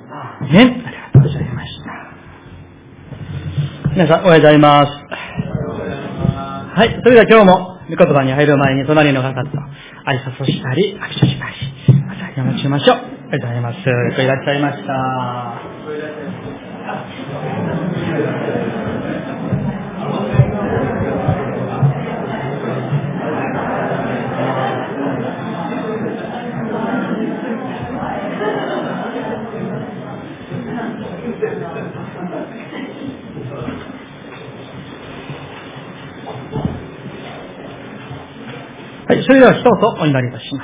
ね、ありがとうございました。皆さん、おはようございます。はい、それでは今日も、御言葉に入る前に隣の方と挨拶をしたり、握手したり、また読みましょう。ありがとうございます。いらっしゃいました。はい、それでは一言お祈りいたします。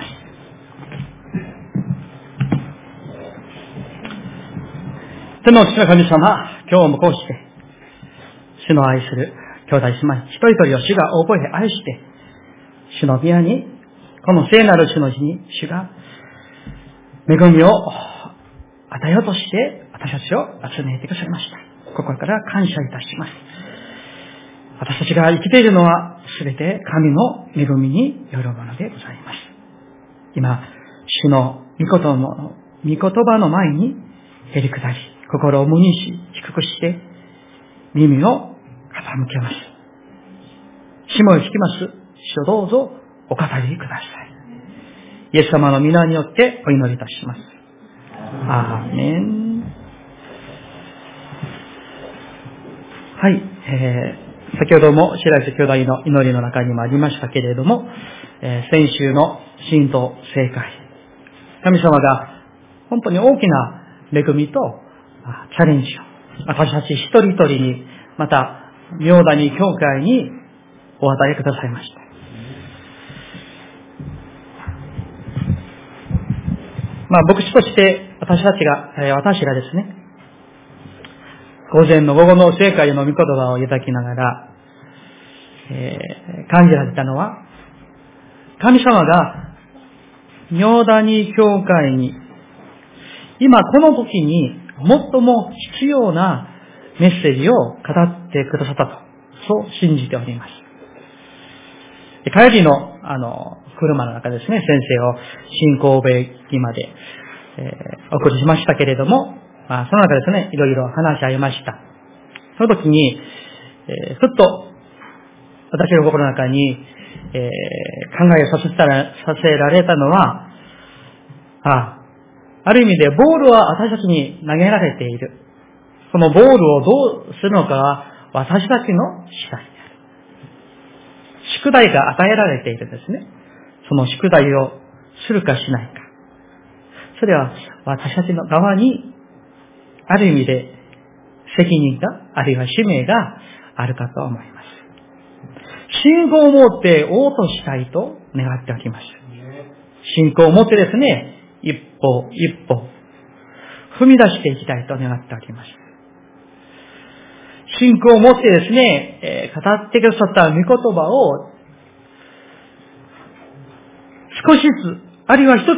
天の父の神様、今日もこうして、主の愛する兄弟姉妹、一人一人を主が大声で愛して、主の宮に、この聖なる主の日に、主が恵みを与えようとして、私たちを集めてくださいました。心から感謝いたします。私たちが生きているのは、すべて神の恵みによるものでございます。今、主の御言葉の前に、へりくだり、心を無にし、低くして、耳を傾けます。下を引きます。主をどうぞお語りください。イエス様の皆によってお祈りいたします。アーメン。はい、先ほども白石兄弟の祈りの中にもありましたけれども、先週の神道正解。神様が本当に大きな恵みとチャレンジを私たち一人一人に、また妙谷教会にお与えくださいました。牧師として私がですね、午前の午後の聖会の御言葉をいただきながら、感じられたのは、神様が妙谷教会に今この時に最も必要なメッセージを語ってくださったと、そう信じております。帰りの車の中ですね、先生を新神戸駅まで、お送りしましたけれども、その中ですね、いろいろ話し合いました。その時に、ふっと私の心の中に、考えをさせられたのは、ある意味でボールは私たちに投げられている。そのボールをどうするのかは私たちの次第である。宿題が与えられているですね。その宿題をするかしないか。それは私たちの側にある意味で責任が、あるいは使命があるかと思います。信仰を持って応答したいと願っております。信仰を持ってですね、一歩一歩踏み出していきたいと願っております。信仰を持ってですね、語ってくださった御言葉を少しずつ、あるいは一つずつ、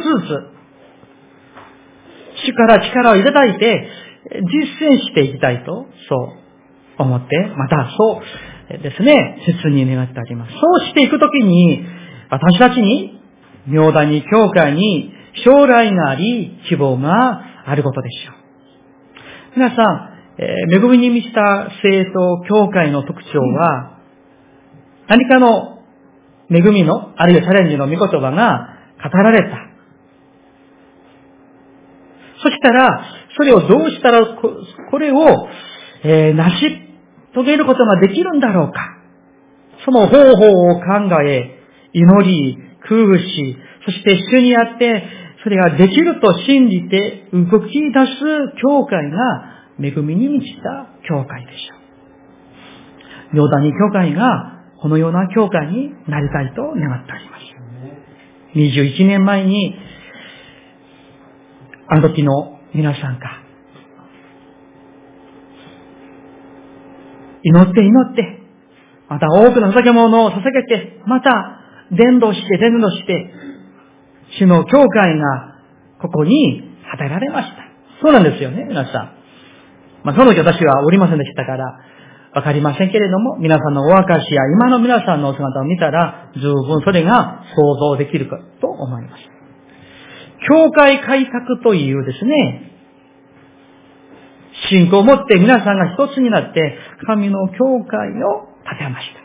主から力をいただいて実践していきたいと、そう思って、またそうですね、切に願っております。そうしていくときに、私たちに、妙谷教会に将来があり、希望があることでしょう。皆さん、恵みに満ちた聖徒教会の特徴は、何かの恵みの、あるいはチャレンジの御言葉が語られた。そしたら、それをどうしたら、これを、成し遂げることができるんだろうか。その方法を考え、祈り、工夫し、そして主にあって、それができると信じて動き出す教会が恵みに満ちた教会でしょう。妙谷教会がこのような教会になりたいと願っております。21年前に、あの時の皆さんが、祈って、また多くの捧げ物を捧げて、また伝道して、主の教会がここに与えられました。そうなんですよね、皆さん。その時私はおりませんでしたから、わかりませんけれども、皆さんのお証しや今の皆さんのお姿を見たら、十分それが想像できるかと思います。教会改革というですね、 信仰を持って皆さんが一つになって神の教会を建てました。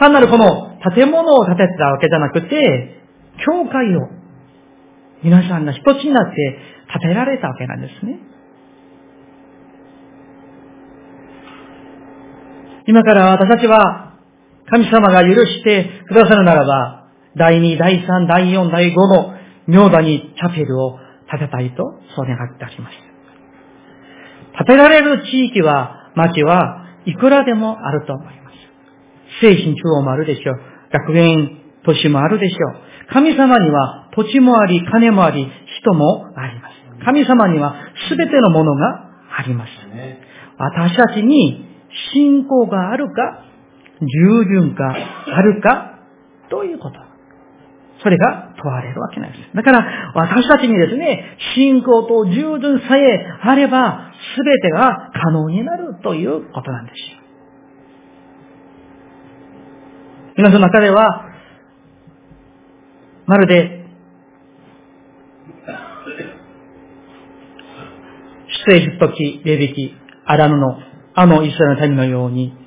単なるこの建物を建てたわけじゃなくて、教会を皆さんが一つになって建てられたわけなんですね。今から私たちは神様が許してくださるならば、第2、第3、第4、第5の明土にチャペルを建てたいとそう願っております。建てられる地域は、町はいくらでもあると思います。精神中央もあるでしょう。学園都市もあるでしょう。神様には土地もあり、金もあり、人もあります。神様にはすべてのものがあります。私たちに信仰があるか、従順があるか、ということ。それが問われるわけなんです。だから私たちにですね、信仰と従順さえあれば、すべてが可能になるということなんですよ。皆さんの中では、まるで、出エジプト記、レビ記、アラムのあのイスラエルの民のように、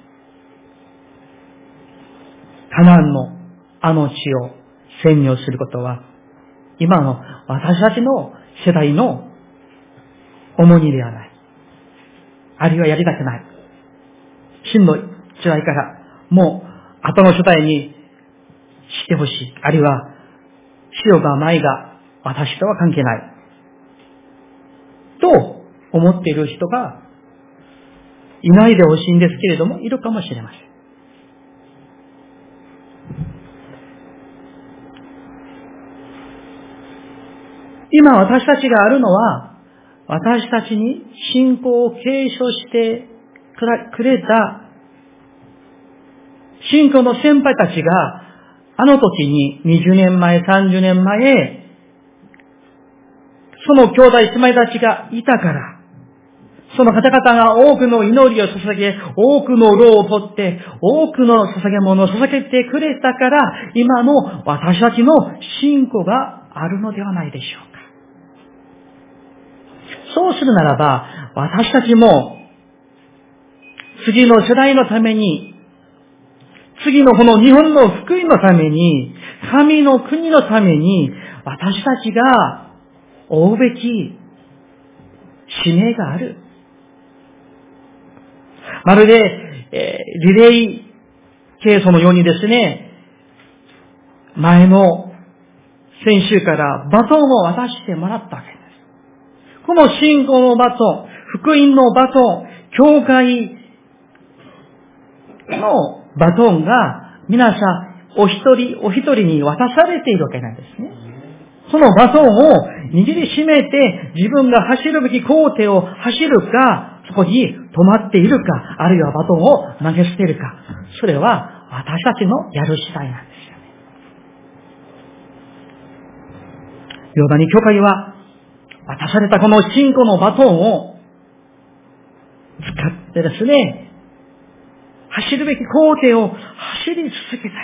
カナンのあの地を占領することは、今の私たちの世代の重荷ではない。あるいはやりたくない。真の辛いから、もう後の世代にしてほしい。あるいは、しようがまいが私とは関係ない。と思っている人がいないでほしいんですけれども、いるかもしれません。今私たちがあるのは、私たちに信仰を継承してくれた信仰の先輩たちが、あの時に20年前、30年前、その兄弟姉妹たちがいたから、その方々が多くの祈りを捧げ、多くの労をとって、多くの捧げ物を捧げてくれたから、今の私たちの信仰があるのではないでしょうか。そうするならば、私たちも、次の世代のために、次のこの日本の福音のために、神の国のために、私たちが負うべき使命がある。まるで、リレーケースのようにですね、前の先週からバトンを渡してもらったわけです。この信仰のバトン、福音のバトン、教会のバトンが皆さんお一人お一人に渡されているわけなんですね。そのバトンを握りしめて自分が走るべき工程を走るか、そこに止まっているか、あるいはバトンを投げ捨てるか、それは私たちのやる次第なんですよね。ヨダニ教会は渡されたこの信仰のバトンを使ってですね、走るべき工程を走り続けたい。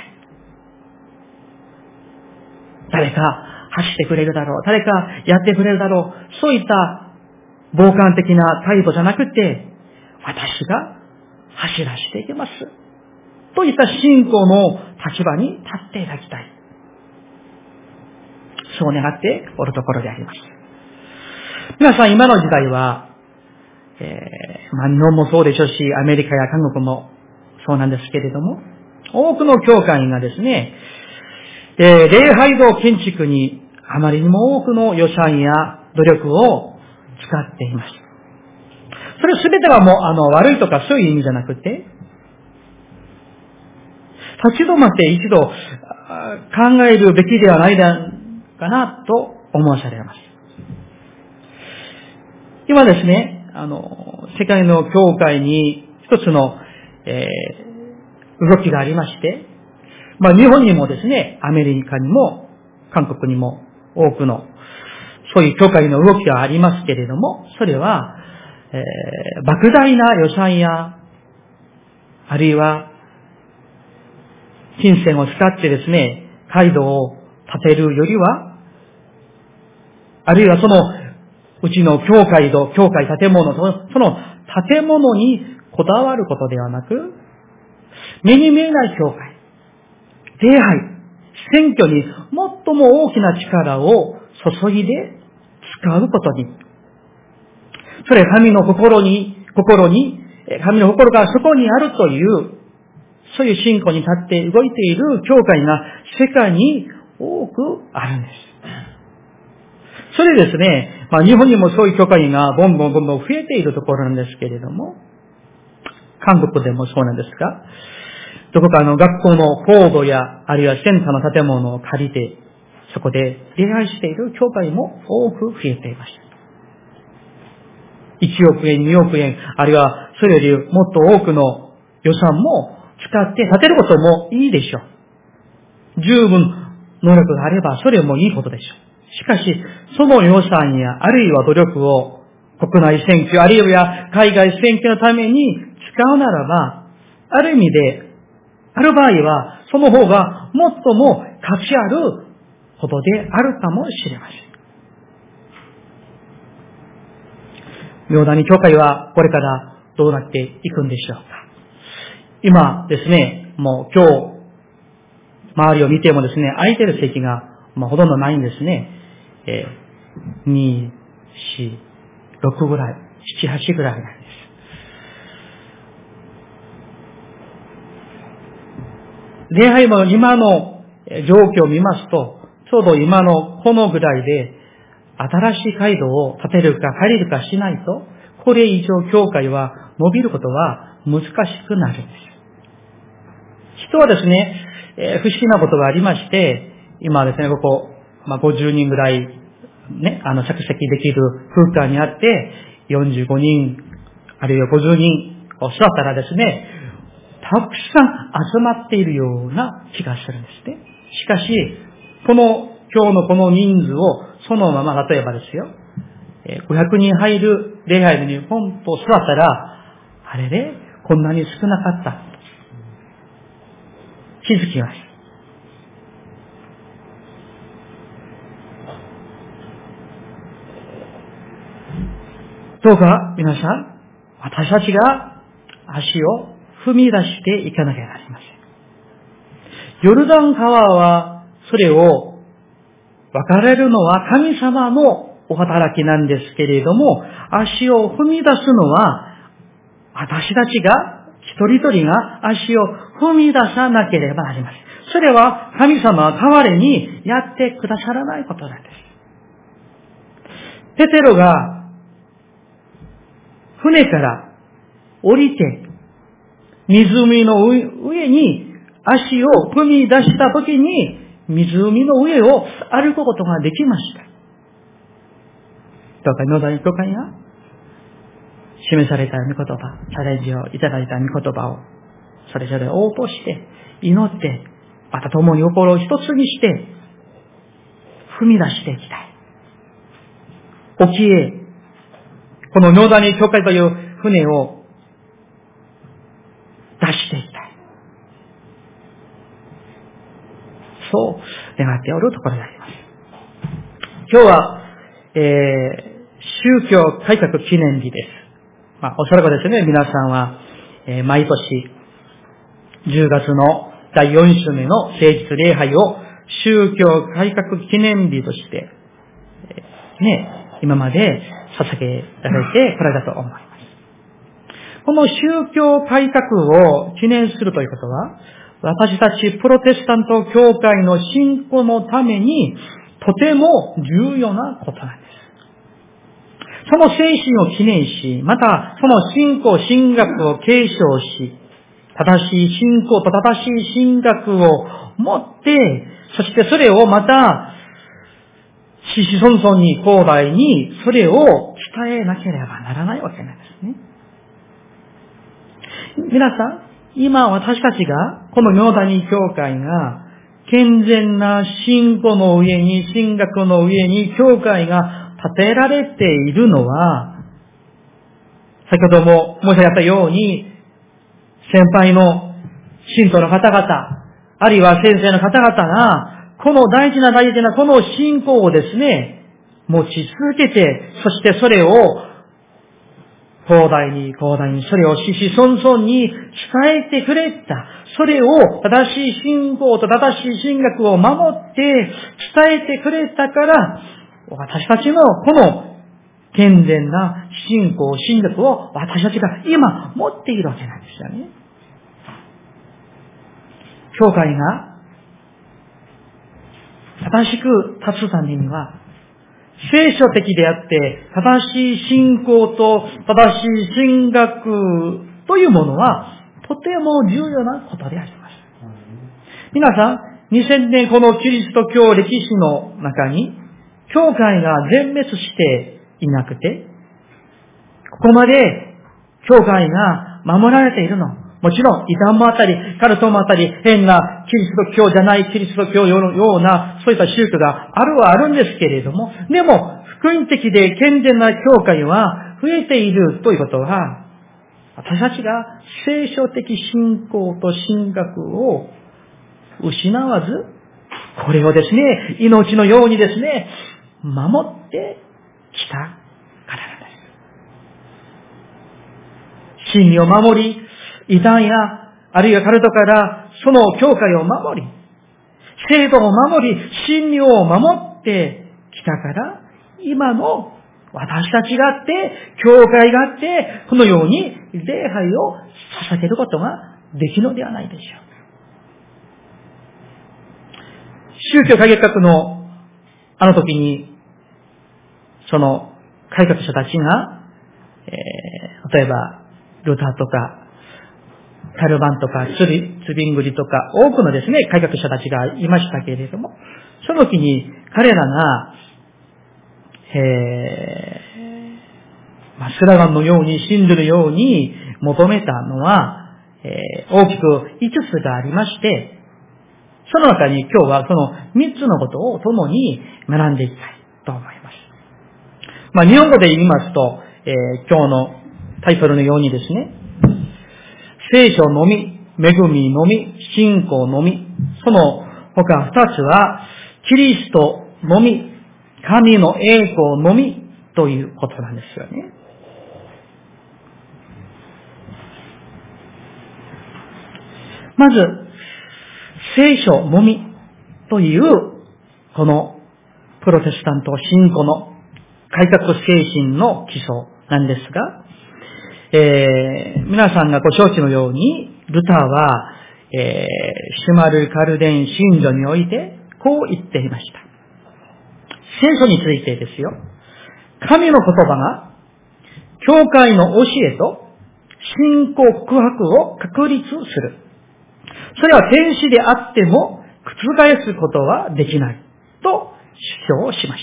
誰か走ってくれるだろう。誰かやってくれるだろう。そういった傍観的な態度じゃなくて、私が走らせていきます。といった信仰の立場に立っていただきたい。そう願っておるところであります。皆さん今の時代は、日本もそうでしょうし、アメリカや韓国もそうなんですけれども、多くの教会がですね、礼拝堂建築にあまりにも多くの予算や努力を使っています。それすべてはもう悪いとかそういう意味じゃなくて、立ち止まって一度考えるべきではないかなと思わされます。今ですね、世界の教会に一つの、動きがありまして、日本にもですね、アメリカにも韓国にも多くのそういう教会の動きがありますけれども、それは、莫大な予算や、あるいは金銭を使ってですね、街道を建てるよりは、あるいはそのうちの教会建物と、その建物にこだわることではなく、目に見えない教会、礼拝、選挙に最も大きな力を注いで使うことに。それ神の心に、神の心がそこにあるという、そういう信仰に立って動いている教会が世界に多くあるんです。それですね、日本にもそういう教会がボンボン増えているところなんですけれども、韓国でもそうなんですが、どこか学校の校土や、あるいはセンターの建物を借りて、そこで礼拝している教会も多く増えていました。1億円、2億円、あるいはそれよりもっと多くの予算も使って建てることもいいでしょう。十分能力があればそれもいいことでしょう。しかし、その予算や、あるいは努力を国内選挙、あるいは海外選挙のために使うならば、ある意味で、ある場合は、その方が最も価値あることであるかもしれません。妙だに教会はこれからどうなっていくんでしょうか。今ですね、もう今日、周りを見てもですね、空いてる席がほとんどないんですね。2、4、6ぐらい、7、8ぐらいなんです。礼拝も今の状況を見ますと、ちょうど今のこのぐらいで、新しい街道を建てるか借りるかしないと、これ以上教会は伸びることは難しくなるんです。人はですね、不思議なことがありまして、今ですね、ここ、50人ぐらい、ね、着席できる空間にあって、45人、あるいは50人を座ったらですね、たくさん集まっているような気がするんですね。しかし、今日のこの人数をそのまま、例えばですよ、500人入る礼拝にポンと座ったら、あれでこんなに少なかった。気づきます。どうか皆さん、私たちが足を踏み出していかなきゃなりません。ヨルダン川はそれを分かれるのは神様のお働きなんですけれども、足を踏み出すのは私たちが一人一人が足を踏み出さなければなりません。それは神様は代わりにやってくださらないことなんです。ペテロが船から降りて湖の上に足を踏み出したときに湖の上を歩くことができました。どうか野田教会が示された御言葉、チャレンジをいただいた御言葉をそれぞれ応答して祈って、また共に心を一つにして踏み出していきたい。沖へこの野田教会という船を出していきたい。そう願っておるところであります。今日は、宗教改革記念日です。おそらくですね、皆さんは、毎年10月の第4週目の聖日礼拝を宗教改革記念日として、今まで捧げられてこられたと思います。この宗教改革を記念するということは、私たちプロテスタント教会の信仰のためにとても重要なことなんです。その精神を記念し、またその信仰、神学を継承し、正しい信仰と正しい神学を持って、そしてそれをまた、子々孫々に後代にそれを伝えなければならないわけなんですね。皆さん、今私たちが、この妙谷教会が、健全な信仰の上に、神学の上に教会が建てられているのは、先ほども申し上げたように、先輩の信徒の方々、あるいは先生の方々が、この大事なこの信仰をですね、 持ち続けて、そしてそれを広大にそれを子々孫々に伝えてくれた。それを正しい信仰と正しい神学を守って伝えてくれたから、私たちのこの健全な信仰、神学を私たちが今持っているわけなんですよね。教会が正しく立つためには、聖書的であって正しい信仰と正しい神学というものはとても重要なことであります。皆さん、2000年このキリスト教歴史の中に教会が全滅していなくて、ここまで教会が守られているの。もちろん、異端もあったり、カルトもあったり、変なキリスト教じゃないキリスト教のような、そういった宗教があるはあるんですけれども、でも、福音的で健全な教会は増えているということは、私たちが聖書的信仰と神学を失わず、これをですね、命のようにですね、守ってきたからなんです。真理を守り、異端や、あるいはカルトからその教会を守り、制度を守り、真理を守ってきたから、今の私たちがあって、教会があって、このように礼拝を捧げることができるのではないでしょう。宗教改革のあの時に、その改革者たちが、例えば、ルターとか、カルバンとか、ツビングリとか、多くのですね、改革者たちがいましたけれども、その時に彼らが、スラガンのように、信じるように求めたのは、大きく5つがありまして、その中に今日はその3つのことを共に学んでいきたいと思います。日本語で言いますと、今日のタイトルのようにですね、聖書のみ、恵みのみ、信仰のみ、その他2つは、キリストのみ、神の栄光のみということなんですよね。まず、聖書のみという、このプロテスタント信仰の改革精神の基礎なんですが、皆さんがご承知のように、ルターは、シュマルカルデン信条において、こう言っていました。聖書についてですよ。神の言葉が、教会の教えと信仰告白を確立する。それは天使であっても覆すことはできないと主張しました。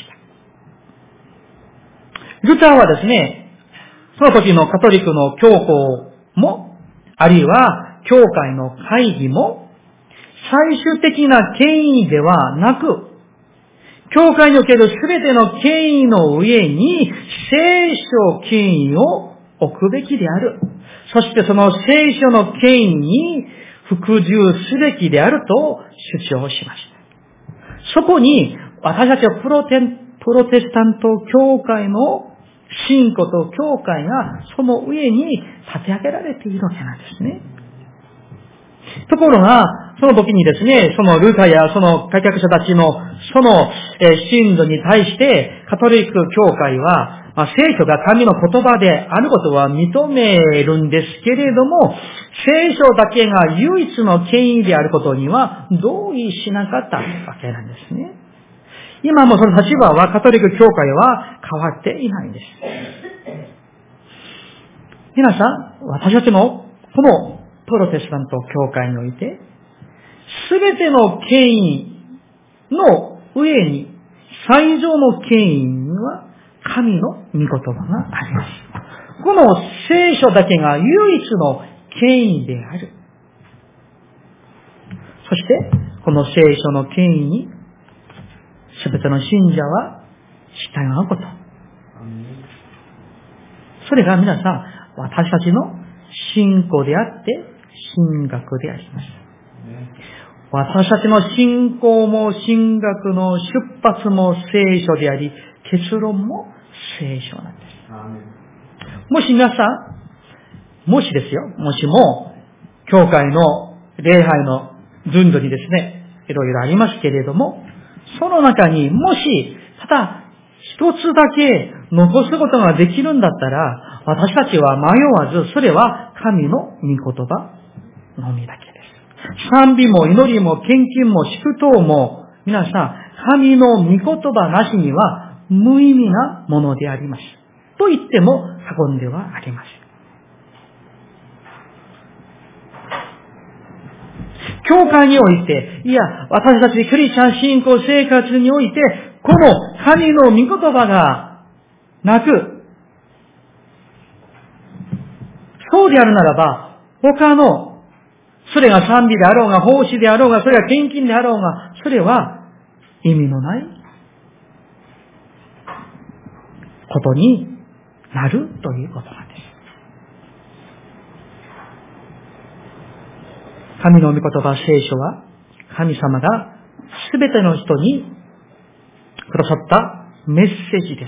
ルターはですね、その時のカトリックの教皇も、あるいは教会の会議も、最終的な権威ではなく、教会におけるすべての権威の上に聖書権威を置くべきである。そしてその聖書の権威に服従すべきであると主張しました。そこに私たちはプロテスタント教会の信仰と教会がその上に立て上げられているわけなんですね。ところが、その時にですね、そのルターやその改革者たちのその信条に対してカトリック教会は、聖書が神の言葉であることは認めるんですけれども、聖書だけが唯一の権威であることには同意しなかったわけなんですね。今もその立場はカトリック教会は変わっていないんです。皆さん、私たちのこのプロテスタント教会において、すべての権威の上に、最上の権威には神の御言葉があります。この聖書だけが唯一の権威である。そして、この聖書の権威に、すべての信者は従うこと。それが皆さん、私たちの信仰であって、神学であります。 私たちの信仰も神学の出発も聖書であり、結論も聖書なんです。もし皆さん、もしですよ、もしも、教会の礼拝の順序にですね、いろいろありますけれども、その中にもし、ただ一つだけ残すことができるんだったら、私たちは迷わず、それは神の御言葉のみだけです。賛美も祈りも献金も祝祷も、皆さん、神の御言葉なしには無意味なものであります。と言っても過言ではありません。教会において、いや、私たちクリスチャン信仰生活において、この神の御言葉がなく、そうであるならば、他の、それが賛美であろうが、奉仕であろうが、それが献金であろうが、それは意味のないことになるということなんです。神の御言葉、聖書は、神様がすべての人にくださったメッセージです。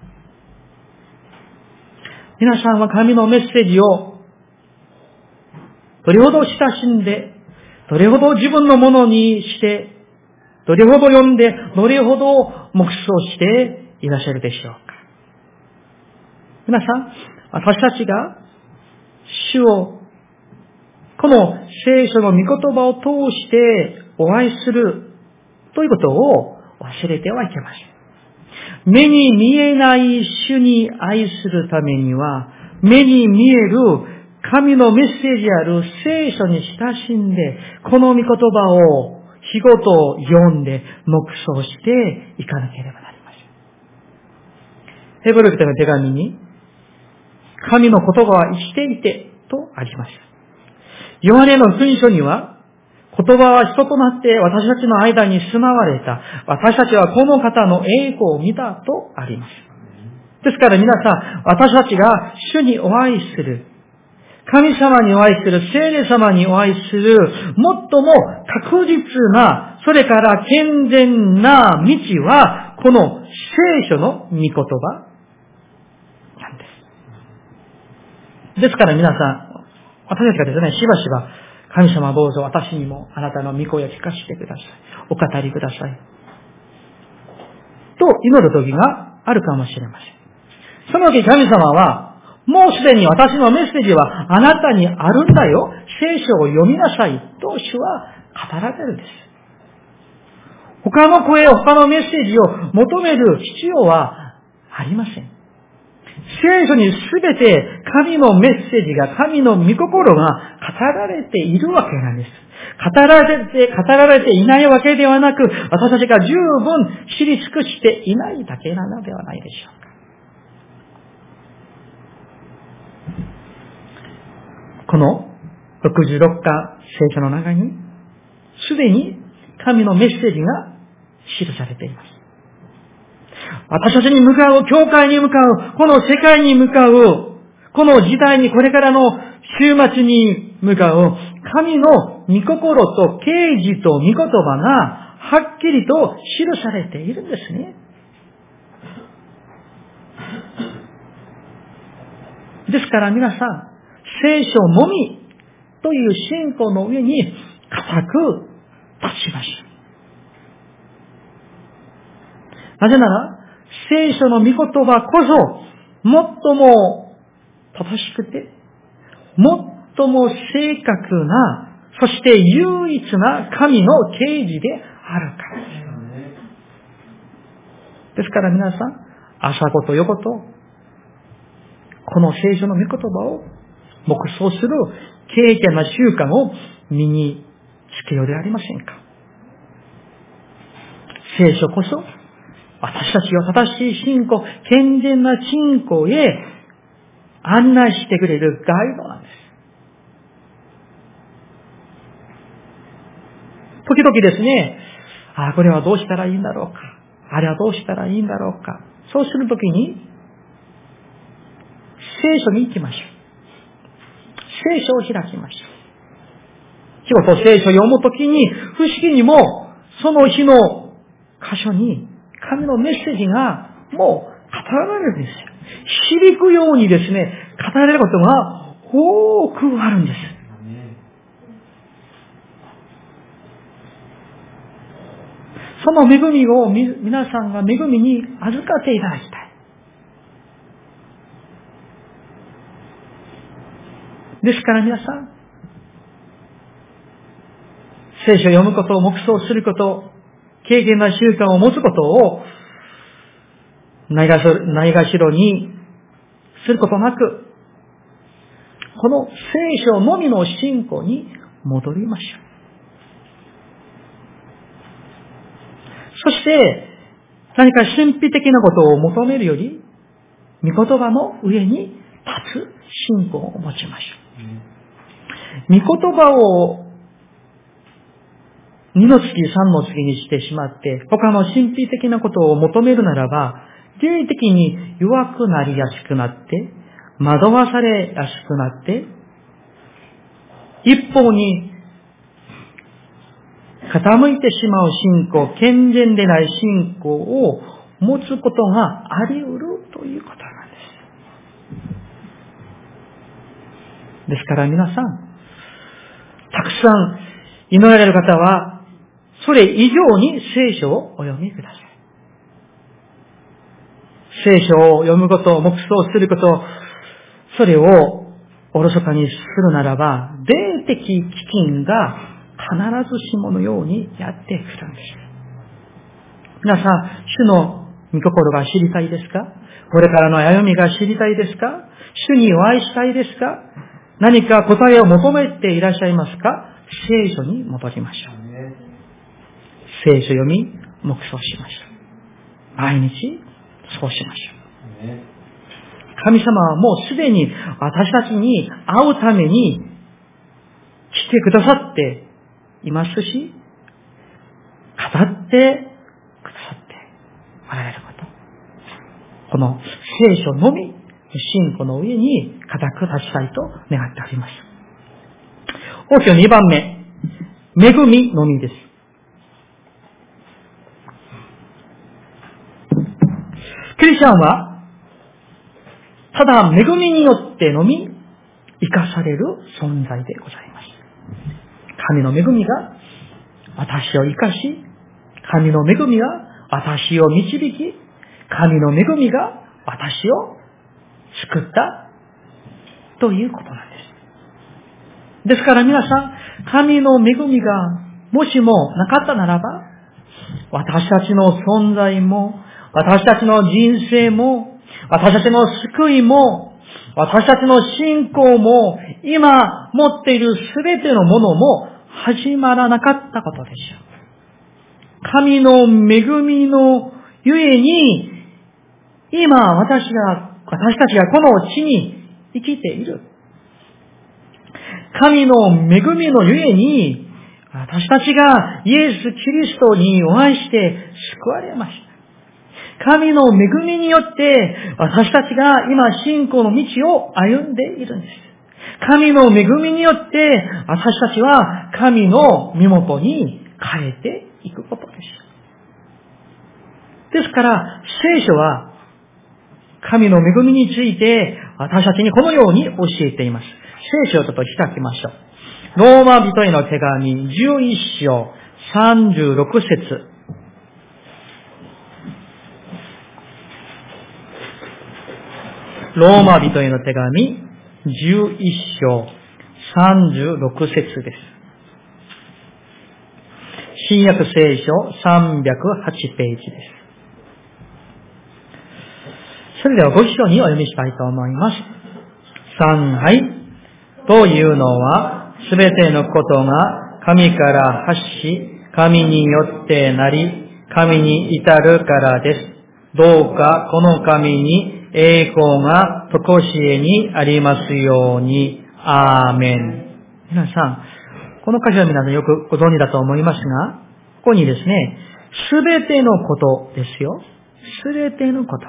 皆さんは神のメッセージをどれほど親しんで、どれほど自分のものにして、どれほど読んで、どれほど黙想していらっしゃるでしょうか。皆さん、私たちが主をこの聖書の御言葉を通してお会いするということを忘れてはいけません。目に見えない主に愛するためには、目に見える神のメッセージである聖書に親しんで、この御言葉を日ごと読んで黙想していかなければなりません。ヘブル人の手紙に、神の言葉は生きていてとありました。ヨハネの福音書には、言葉は人となって私たちの間に住まわれた。私たちはこの方の栄光を見たとあります。ですから皆さん、私たちが主にお会いする、神様にお会いする、聖霊様にお会いする、最も確実な、それから健全な道は、この聖書の御言葉なんです。ですから皆さん、私たちがですね、しばしば、神様どうぞ私にもあなたの御声を聞かせてください。お語りください。と祈る時があるかもしれません。その時神様は、もうすでに私のメッセージはあなたにあるんだよ。聖書を読みなさい。と主は語られるんです。他の声を、他のメッセージを求める必要はありません。聖書にすべて神のメッセージが、神の御心が語られているわけなんです。語られていないわけではなく、私たちが十分知り尽くしていないだけなのではないでしょうか。この66巻聖書の中に、すでに神のメッセージが記されています。私たちに向かう、教会に向かう、この世界に向かう、この時代にこれからの週末に向かう、神の御心と啓示と御言葉がはっきりと記されているんですね。ですから皆さん、聖書のみという信仰の上に固く立ちましょう。なぜなら、聖書の御言葉こそ、最も正しくて、最も正確な、そして唯一な神の啓示であるからです。ですから皆さん、朝ごと夜ごと、この聖書の御言葉を黙想する敬虔な習慣を身につけようではありませんか。聖書こそ、私たちを正しい信仰、健全な信仰へ案内してくれるガイドなんです。時々ですね、これはどうしたらいいんだろうか。あれはどうしたらいいんだろうか。そうするときに、聖書に行きましょう。聖書を開きましょ仕事、聖書を読むときに、不思議にも、その日の箇所に、神のメッセージが、もう、語られるんですよ。響くようにですね、語られることが、多くあるんです。その恵みを皆さんが恵みに預かっていただきたい。ですから皆さん、聖書を読むこと、黙想すること、敬虔な習慣を持つことをないがしろにすることなく、この聖書のみの信仰に戻りましょう。そして、何か神秘的なことを求めるより、御言葉の上に立つ信仰を持ちましょう。御言葉を2の次、3の次にしてしまって、他の神秘的なことを求めるならば、霊的に弱くなりやすくなって、惑わされやすくなって、一方に傾いてしまう信仰、健全でない信仰を持つことがあり得るということなんです。ですから皆さん、たくさん祈られる方は、それ以上に聖書をお読みください。聖書を読むこと、黙想すること、それをおろそかにするならば、霊的飢饉が必ずしものようにやってくるんです。皆さん、主の御心が知りたいですか？これからの歩みが知りたいですか？主にお会いしたいですか？何か答えを求めていらっしゃいますか？聖書に戻りましょう。聖書読み、黙想しましょう。毎日、そうしましょう。神様はもうすでに私たちに会うために来てくださっていますし、語ってくださっておられること。この聖書のみ、信仰の上に固く立ちたいと願っております。大きな2番目、恵みのみです。クリスチャンは、ただ恵みによってのみ生かされる存在でございます。神の恵みが私を生かし、神の恵みが私を導き、神の恵みが私を救ったということなんです。ですから皆さん、神の恵みがもしもなかったならば、私たちの存在も、私たちの人生も、私たちの救いも、私たちの信仰も、今持っているすべてのものも始まらなかったことでしょう。神の恵みのゆえに、今私たちがこの地に生きている。神の恵みのゆえに、私たちがイエス・キリストにお会いして救われました。神の恵みによって私たちが今信仰の道を歩んでいるんです。神の恵みによって私たちは神の身元に変えていくことです。ですから聖書は神の恵みについて私たちにこのように教えています。聖書をちょっと開きましょう。ローマ人への手紙11章36節。ローマ人への手紙11章36節です。新約聖書308ページです。それではご一緒にお読みしたいと思います。はい。というのは、すべてのことが神から発し、神によってなり、神に至るからです。どうかこの神に栄光がとこしえにありますように。アーメン。皆さん、この箇所は皆さんよくご存知だと思いますが、ここにですね、すべてのことですよ。すべてのこと。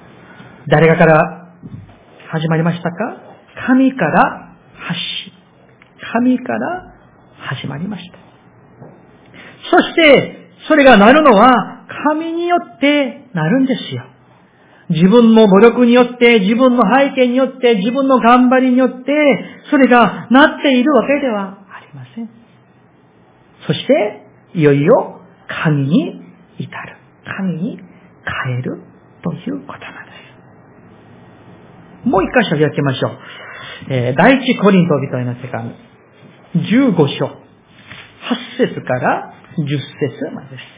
誰がから始まりましたか？神から発し、 神から始まりました。そして、それがなるのは神によってなるんですよ。自分の努力によって、自分の背景によって、自分の頑張りによって、それがなっているわけではありません。そして、いよいよ神に至る。神に変えるということなんです。もう一箇所開きましょう。第一コリント人への手紙。15章。8節から10節までです。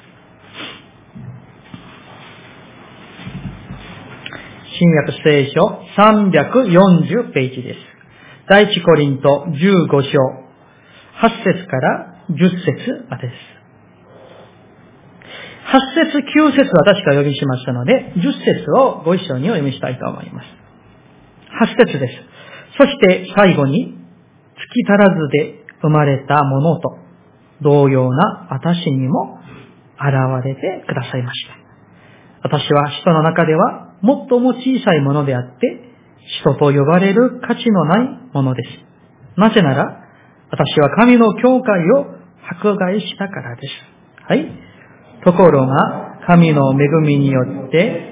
新約聖書340ページです。第一コリント15章。8節から10節までです。8節9節は確かお読みしましたので、10節をご一緒にお読みしたいと思います。8節です。そして最後に、月足らずで生まれたものと同様な私にも現れてくださいました。私は人の中では最も小さいものであって、人と呼ばれる価値のないものです。なぜなら、私は神の教会を迫害したからです。はい。ところが、神の恵みによって、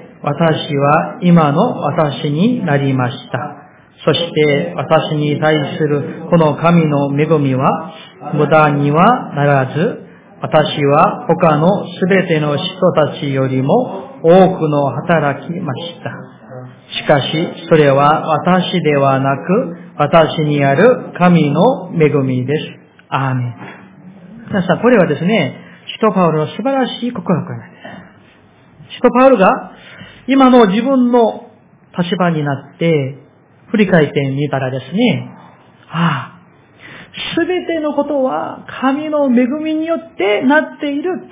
私は今の私になりました。そして私に対するこの神の恵みは無駄にはならず、私は他のすべての人たちよりも多くの働きました。しかしそれは私ではなく、私にある神の恵みです。アーメン。皆さん、これはですね、使徒パウロの素晴らしい告白なんです。使徒パウロが今の自分の立場になって振り返ってみたらですね、すべてのことは神の恵みによってなっていると。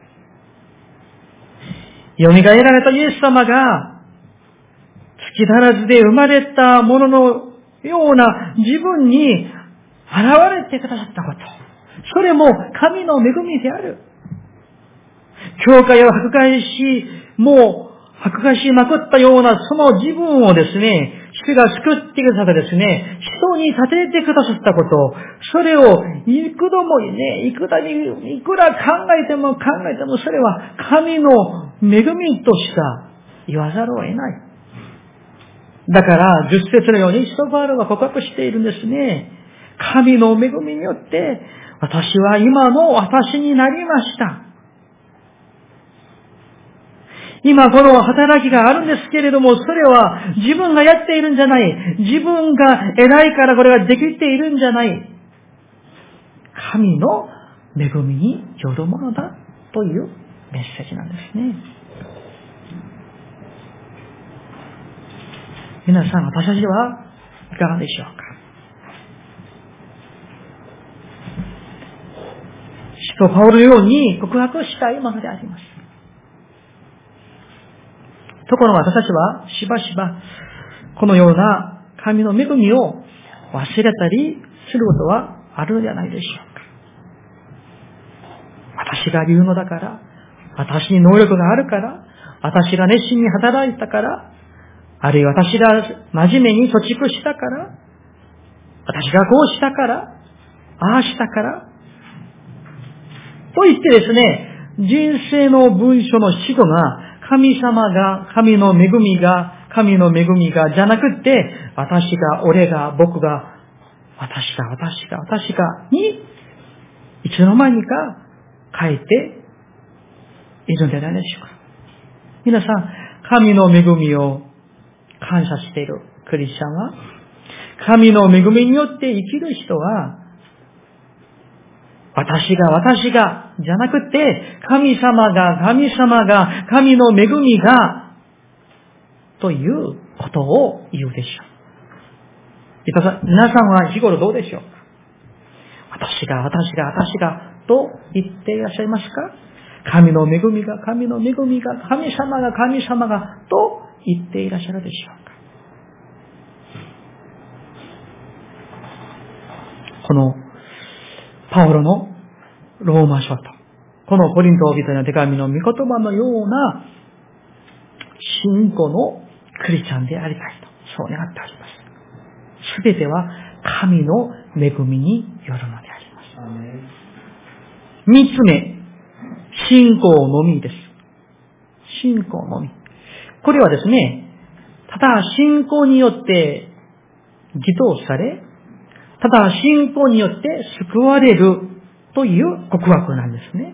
蘇られたイエス様が月足らずで生まれたもののような自分に現れてくださったこと。それも神の恵みである。教会を迫害しまくったようなその自分をですね、主が救ってくださってですね、人に立ててくださったこと、それをいくら考えてもそれは神の恵みとしか言わざるを得ない。だから10節のように使徒パウロが告白しているんですね。神の恵みによって私は今の私になりました。今この働きがあるんですけれども、それは自分がやっているんじゃない。自分が偉いからこれができているんじゃない。神の恵みによるものだというメッセージなんですね。皆さん、私たちはいかがでしょうか。使徒パウロのように告白したいものであります。ところが私たちはしばしばこのような神の恵みを忘れたりすることはあるのではないでしょうか。私が言うのだから、私に能力があるから、私が熱心に働いたから、あるいは私が真面目に貯蓄したから、私がこうしたから、ああしたから、と言ってですね、人生の文書の死後が神様が、神の恵みがじゃなくて、私が、俺が、僕が、私が、に、いつの間にか変えているんじゃないでしょうか。皆さん、神の恵みを感謝しているクリスチャンは、神の恵みによって生きる人は、私が、じゃなくて、神様が、神の恵みが、ということを言うでしょう。皆さんは日頃どうでしょうか。私が、と言っていらっしゃいますか。神の恵みが、神様が、と言っていらっしゃるでしょうか。この、パウロのローマ書と、このコリント人への手紙の御言葉のような信仰のクリスチャンでありたいと、そう願っております。すべては神の恵みによるのであります。三つ目、信仰のみです。信仰のみ。これはですね、ただ信仰によって義とされ、ただ信仰によって救われるという告白なんですね。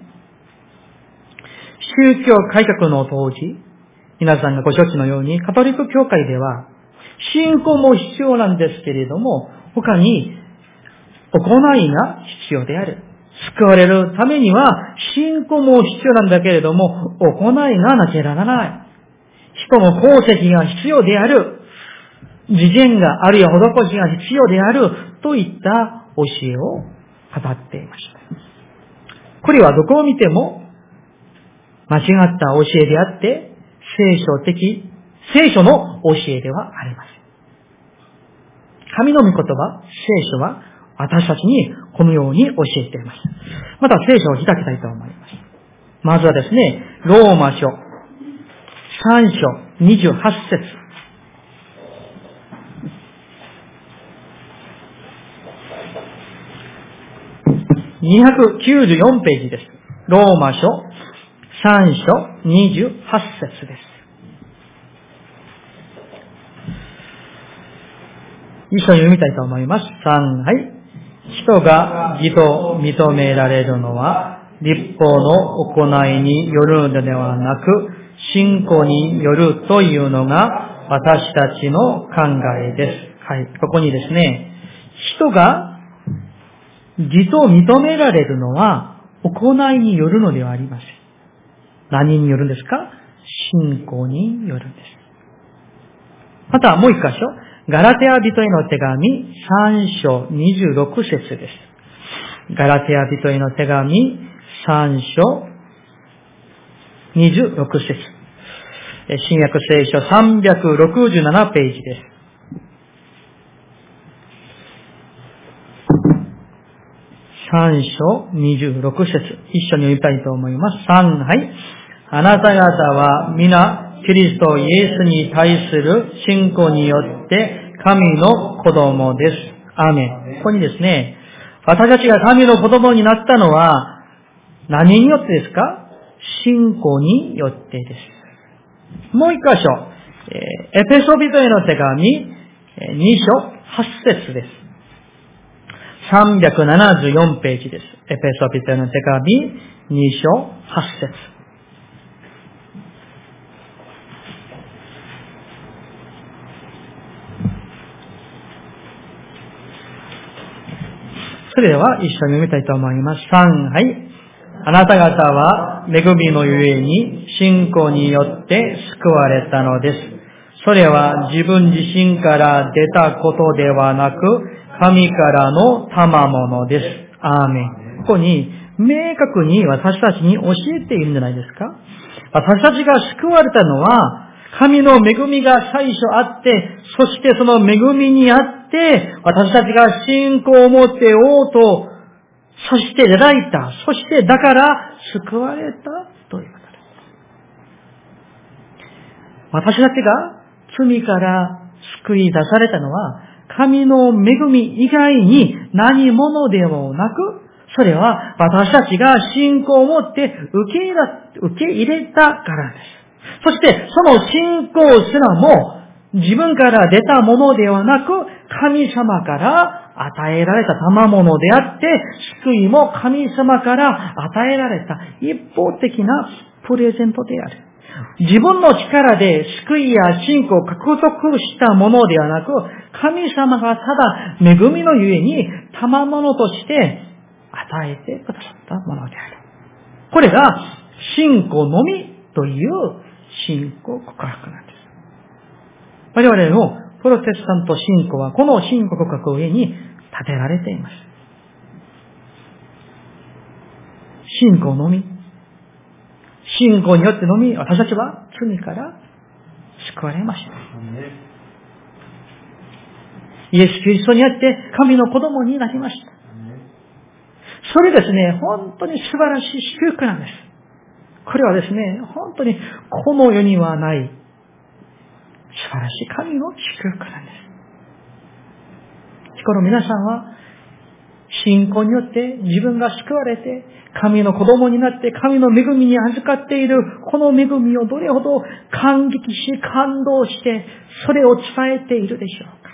宗教改革の当時、皆さんがご承知のように、カトリック教会では、信仰も必要なんですけれども、他に行いが必要である。救われるためには、信仰も必要なんだけれども、行いがなければならない。人の功績が必要である。慈善があるいは施しが必要である。といった教えを語っていました。これはどこを見ても、間違った教えであって、聖書の教えではありません。神の御言葉、聖書は私たちにこのように教えています。また聖書を開きたいと思います。まずはですね、ローマ書3章28節。294ページです。ローマ書3章28節です。一緒に読みたいと思います。3、はい。人が義と認められるのは、律法の行いによるのではなく、信仰によるというのが私たちの考えです。はい。ここにですね、人が義と認められるのは行いによるのではありません。何によるんですか？信仰によるんです。またもう一箇所、ガラテヤ人への手紙3章26節です。ガラテヤ人への手紙3章26節。新約聖書367ページです。3章26節。一緒に読みたいと思います。3、はい。あなた方は皆、キリストイエスに対する信仰によって神の子供です。アーメン。ここにですね、私たちが神の子供になったのは何によってですか？信仰によってです。もう一箇所、エペソビトへの手紙2章8節です。374ページです。エペソビトへの手紙2章8節。それでは一緒に読みたいと思います。3、はい。あなた方は恵みのゆえに信仰によって救われたのです。それは自分自身から出たことではなく、神からの賜物です。アーメン。ここに明確に私たちに教えているんじゃないですか？私たちが救われたのは、神の恵みが最初あって、そしてその恵みにあって、私たちが信仰を持って応答、そして出られた。そしてだから救われたということです。私たちが罪から救い出されたのは、神の恵み以外に何者でもなく、それは私たちが信仰を持って受け入れたからです。そしてその信仰すらも自分から出たものではなく、神様から与えられた賜物であって、救いも神様から与えられた一方的なプレゼントである。自分の力で救いや信仰を獲得したものではなく、神様がただ恵みのゆえに賜物として与えてくださったものである。これが信仰のみという信仰告白なんです。我々のプロテスタント信仰はこの信仰告白の上に立てられています。信仰のみ。信仰によってのみ私たちは罪から救われました。イエス・キリストによって神の子供になりました。それですね、本当に素晴らしい祝福なんです。これはですね、本当にこの世にはない素晴らしい神の祝福なんです。この皆さんは信仰によって自分が救われて、神の子供になって神の恵みに預かっているこの恵みをどれほど感激し感動してそれを伝えているでしょうか。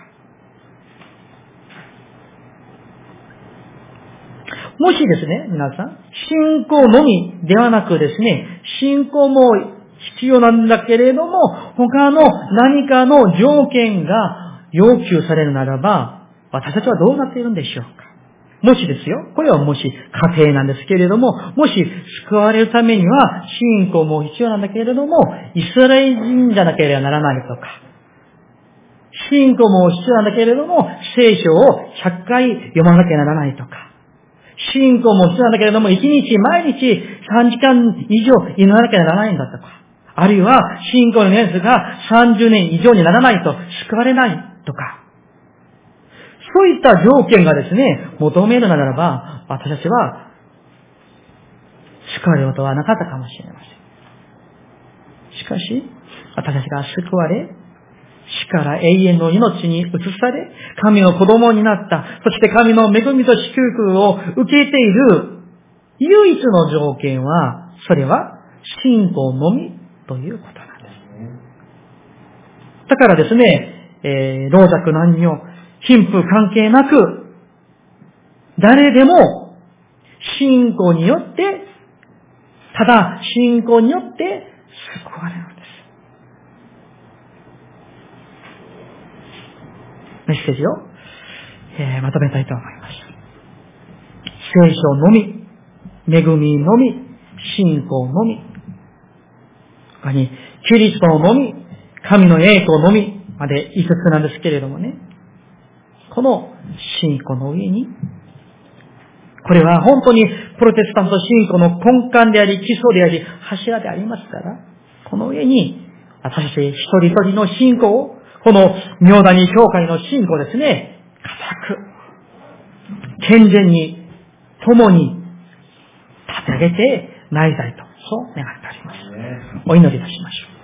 もしですね、皆さん、信仰のみではなくですね、信仰も必要なんだけれども、他の何かの条件が要求されるならば、私たちはどうなっているんでしょうか。もしですよ、これはもし家庭なんですけれども、もし救われるためには信仰も必要なんだけれども、イスラエル人じゃなければならないとか、信仰も必要なんだけれども、聖書を100回読まなきゃならないとか、信仰も必要なんだけれども、1日毎日3時間以上祈らなきゃならないんだとか、あるいは信仰の年数が30年以上にならないと救われないとか、そういった条件がですね、求めるならば、私たちは救われることはなかったかもしれません。しかし、私たちが救われ、死から永遠の命に移され、神の子供になった、そして神の恵みと祝福を受けている唯一の条件は、それは信仰のみということなんです。だからですね、老若男女、貧富関係なく、誰でも信仰によって、ただ信仰によって救われるんです。メッセージを、まとめたいと思います。聖書のみ、恵みのみ、信仰のみ、他にキリストのみ、神の栄光のみまで5つなんですけれどもね、この信仰の上に、これは本当にプロテスタント信仰の根幹であり、基礎であり、柱でありますから、この上に私たち一人一人の信仰を、この妙谷教会の信仰ですね、固く、健全に、共に立て上げてなりたいと、そう願っております。お祈りいたしましょう。